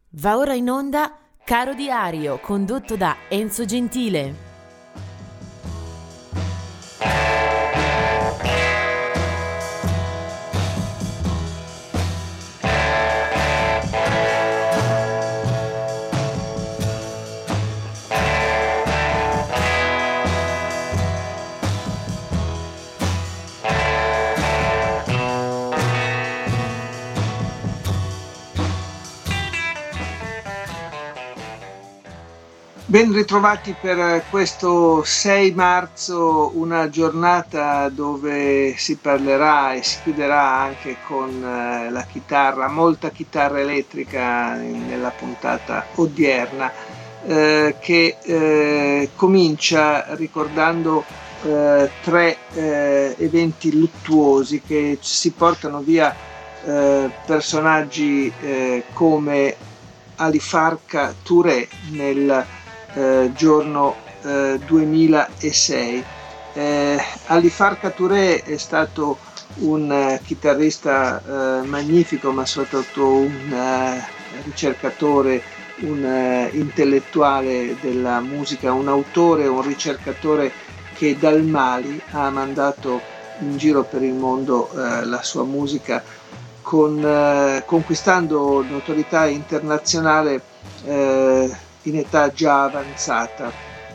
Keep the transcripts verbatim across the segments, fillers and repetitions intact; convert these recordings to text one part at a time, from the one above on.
Va ora in onda Caro Diario, condotto da Enzo Gentile. Ben ritrovati per questo sei marzo, una giornata dove si parlerà e si chiuderà anche con eh, la chitarra, molta chitarra elettrica nella puntata odierna, eh, che eh, comincia ricordando eh, tre eh, eventi luttuosi che si portano via eh, personaggi eh, come Ali Farka Touré nel Eh, giorno eh, duemilasei. Eh, Ali Farka Touré è stato un eh, chitarrista eh, magnifico, ma soprattutto un eh, ricercatore, un eh, intellettuale della musica, un autore, un ricercatore che dal Mali ha mandato in giro per il mondo eh, la sua musica, con, eh, conquistando notorietà internazionale eh, in età già avanzata.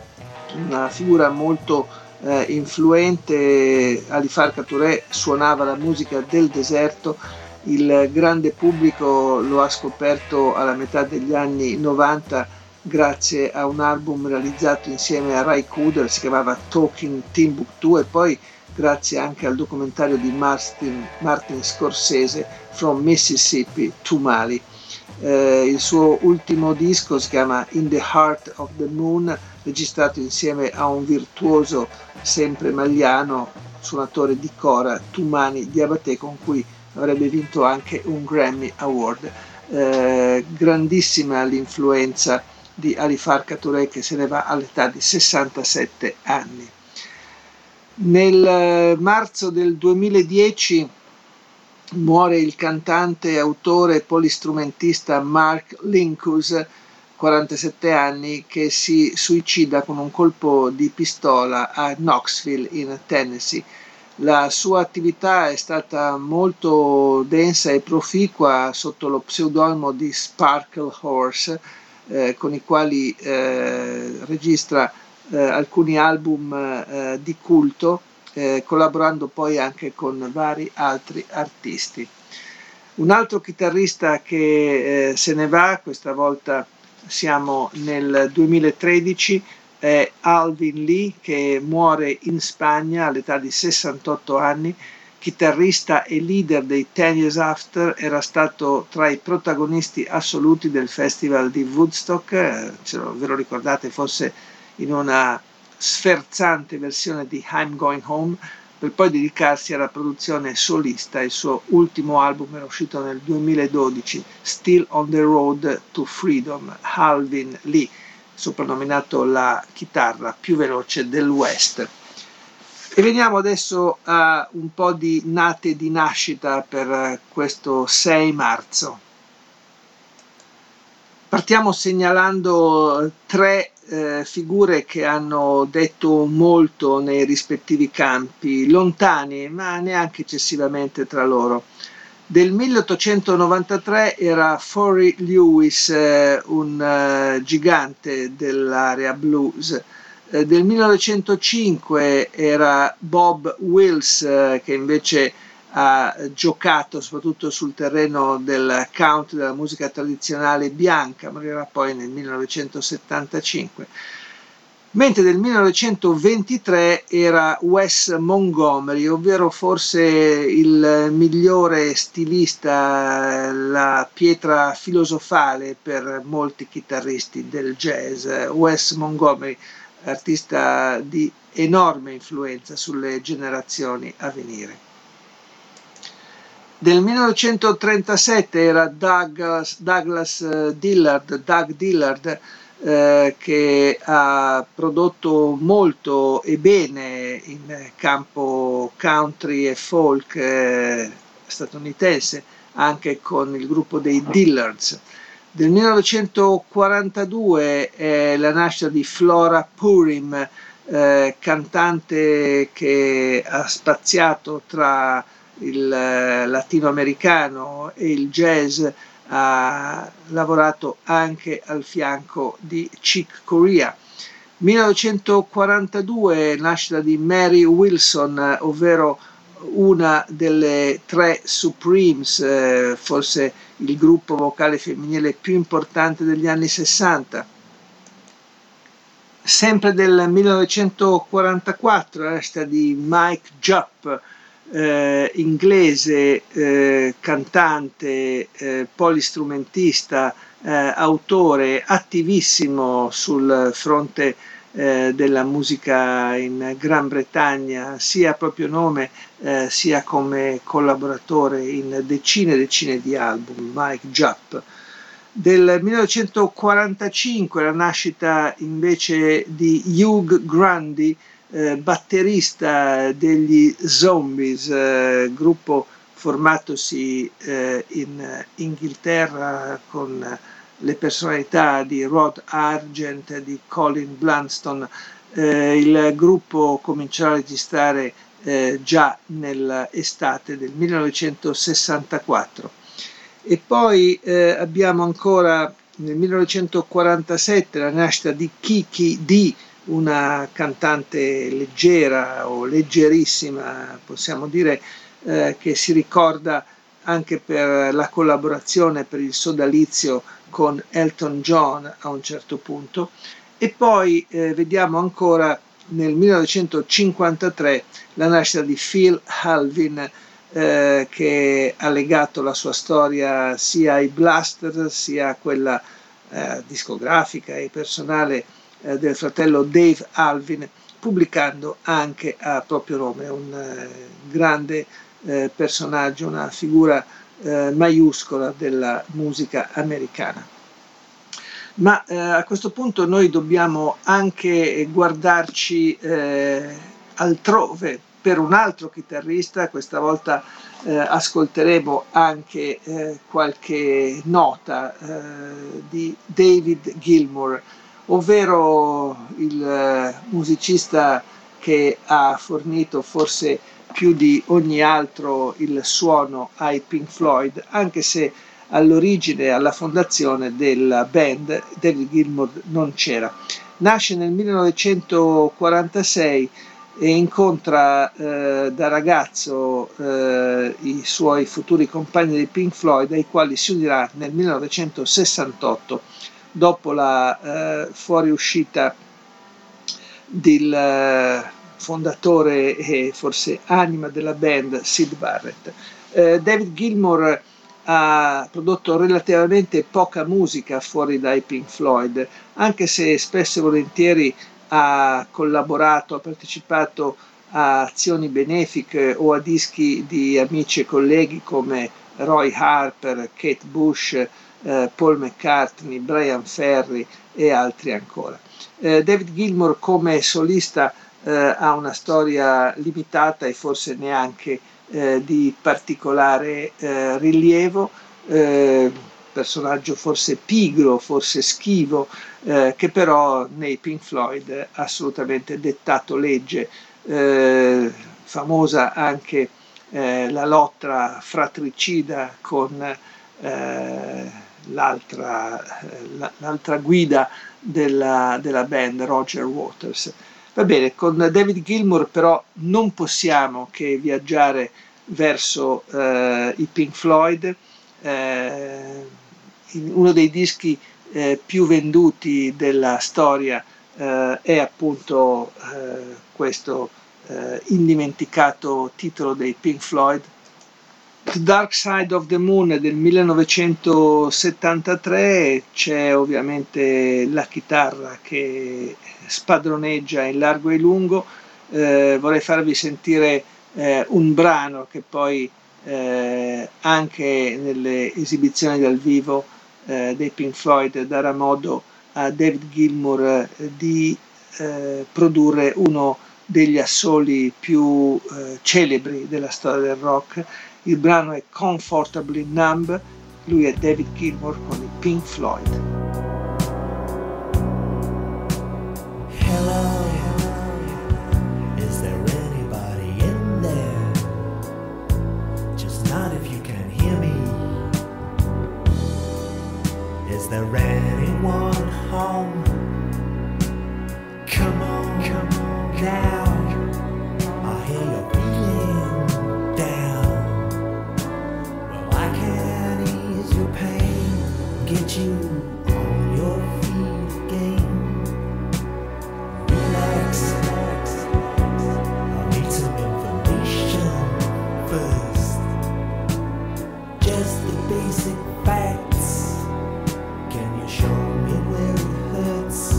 Una figura molto eh, influente. Ali Farka Touré suonava la musica del deserto, il grande pubblico lo ha scoperto alla metà degli anni novanta grazie a un album realizzato insieme a Ry Cooder, si chiamava Talking Timbuktu, e poi grazie anche al documentario di Martin, Martin Scorsese, From Mississippi to Mali. Eh, il suo ultimo disco si chiama In the Heart of the Moon, registrato insieme a un virtuoso sempre maliano, suonatore di cora, Toumani Diabaté, con cui avrebbe vinto anche un Grammy Award. Eh, grandissima l'influenza di Ali Farka Touré, che se ne va all'età di sessantasette anni. Nel marzo del duemiladieci muore il cantante, autore e polistrumentista Mark Linkous, quarantasette anni, che si suicida con un colpo di pistola a Knoxville in Tennessee. La sua attività è stata molto densa e proficua sotto lo pseudonimo di Sparkle Horse, eh, con i quali eh, registra eh, alcuni album eh, di culto, eh, collaborando poi anche con vari altri artisti. Un altro chitarrista che eh, se ne va, questa volta siamo nel duemilatredici, è Alvin Lee, che muore in Spagna all'età di sessantotto anni, chitarrista e leader dei Ten Years After. Era stato tra i protagonisti assoluti del festival di Woodstock, eh, se lo, ve lo ricordate, forse in una sferzante versione di I'm Going Home, per poi dedicarsi alla produzione solista. Il suo ultimo album era uscito nel duemiladodici, Still on the Road to Freedom. Alvin Lee, soprannominato la chitarra più veloce del West. E veniamo adesso a un po' di nate e di nascita per questo sei marzo. Partiamo segnalando tre eh, figure che hanno detto molto nei rispettivi campi, lontani ma neanche eccessivamente tra loro. Del milleottocentonovantatré era Forry Lewis, eh, un eh, gigante dell'area blues. Eh, del millenovecentocinque era Bob Wills, eh, che invece ha giocato soprattutto sul terreno del country, della musica tradizionale bianca, morirà poi nel millenovecentosettantacinque. Mentre del millenovecentoventitré era Wes Montgomery, ovvero forse il migliore stilista, la pietra filosofale per molti chitarristi del jazz. Wes Montgomery, artista di enorme influenza sulle generazioni a venire. Del millenovecentotrentasette era Douglas, Douglas Dillard, Doug Dillard, eh, che ha prodotto molto e bene in campo country e folk eh, statunitense, anche con il gruppo dei Dillards. Del millenovecentoquarantadue è la nascita di Flora Purim, eh, cantante che ha spaziato tra il eh, latinoamericano e il jazz, ha lavorato anche al fianco di Chick Corea. millenovecentoquarantadue nascita di Mary Wilson, ovvero una delle tre Supremes, eh, forse il gruppo vocale femminile più importante degli anni sessanta. Sempre del millenovecentoquarantaquattro la nascita di Mike Jupp, eh, inglese, eh, cantante, eh, polistrumentista, eh, autore, attivissimo sul fronte eh, della musica in Gran Bretagna, sia a proprio nome eh, sia come collaboratore in decine e decine di album. Mike Jupp. Del millenovecentoquarantacinque la nascita invece di Hugh Grundy, eh, batterista degli Zombies, eh, gruppo formatosi eh, in Inghilterra con le personalità di Rod Argent, di Colin Blunstone. Eh, il gruppo cominciò a registrare eh, già nell'estate del millenovecentosessantaquattro. E poi eh, abbiamo ancora nel millenovecentoquarantasette la nascita di Kiki Dee, una cantante leggera o leggerissima, possiamo dire, eh, che si ricorda anche per la collaborazione per il sodalizio con Elton John a un certo punto. E poi eh, vediamo ancora nel millenovecentocinquantatré la nascita di Phil Halvin, Eh, che ha legato la sua storia sia ai Blaster sia a quella eh, discografica e personale eh, del fratello Dave Alvin, pubblicando anche a proprio nome un eh, grande eh, personaggio, una figura eh, maiuscola della musica americana. Ma eh, a questo punto noi dobbiamo anche guardarci eh, altrove per un altro chitarrista. Questa volta eh, ascolteremo anche eh, qualche nota eh, di David Gilmour, ovvero il eh, musicista che ha fornito forse più di ogni altro il suono ai Pink Floyd, anche se all'origine, alla fondazione della band, David Gilmour non c'era. Nasce nel millenovecentoquarantasei e incontra eh, da ragazzo eh, i suoi futuri compagni dei Pink Floyd, ai quali si unirà nel millenovecentosessantotto dopo la eh, fuoriuscita del eh, fondatore e forse anima della band Syd Barrett. Eh, David Gilmour ha prodotto relativamente poca musica fuori dai Pink Floyd, anche se spesso e volentieri ha collaborato, ha partecipato a azioni benefiche o a dischi di amici e colleghi come Roy Harper, Kate Bush, eh, Paul McCartney, Brian Ferry e altri ancora. Eh, David Gilmour come solista eh, ha una storia limitata e forse neanche eh, di particolare eh, rilievo, eh, personaggio forse pigro, forse schivo, eh, che però nei Pink Floyd ha assolutamente dettato legge, eh, famosa anche eh, la lotta fratricida con eh, l'altra, l'altra guida della, della band, Roger Waters. Va bene, con David Gilmour però non possiamo che viaggiare verso eh, i Pink Floyd, eh, uno dei dischi eh, più venduti della storia eh, è appunto eh, questo eh, indimenticato titolo dei Pink Floyd, The Dark Side of the Moon del millenovecentosettantatré. C'è ovviamente la chitarra che spadroneggia in largo e in lungo. Eh, vorrei farvi sentire eh, un brano che poi eh, anche nelle esibizioni dal vivo eh, dei Pink Floyd darà modo a David Gilmour eh, di eh, produrre uno degli assoli più eh, celebri della storia del rock. Il brano è Comfortably Numb, lui è David Gilmour con i Pink Floyd. Hello, is there anybody in there? Just not if you can hear me. Is there anyone home? Come on, come on now. I hear you're feeling down. Well, I can ease your pain, get you on your feet again. Relax, relax. I need some information first. Just the basic facts. Can you show me where it hurts?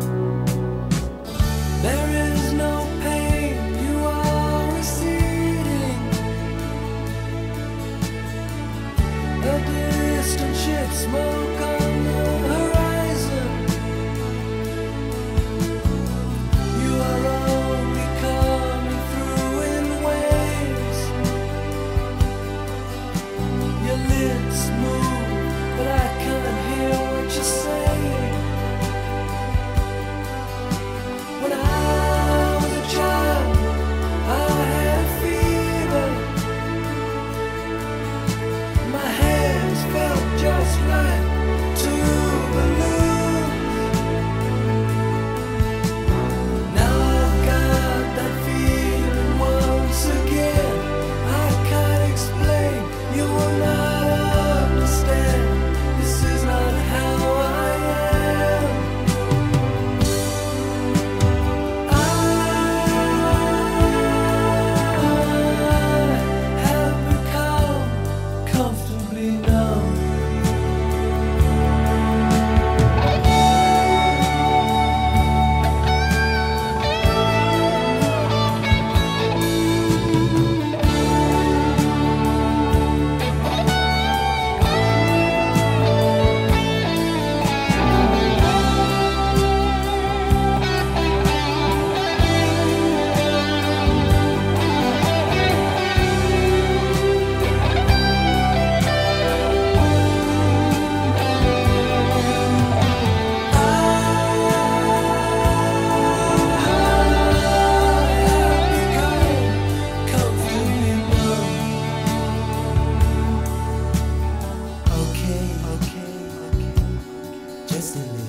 There is no pain, you are receding. A distant ship, smoke on the horizon. You are only coming through in waves. Your lips move, but I can't hear what you're saying. When I was a child, I had fever. My hands felt just like two balloons. Now I've got that feeling once again. I can't explain, you will not understand. This is not how I am. I have become comfortably numb. Okay, okay, okay. Just a little.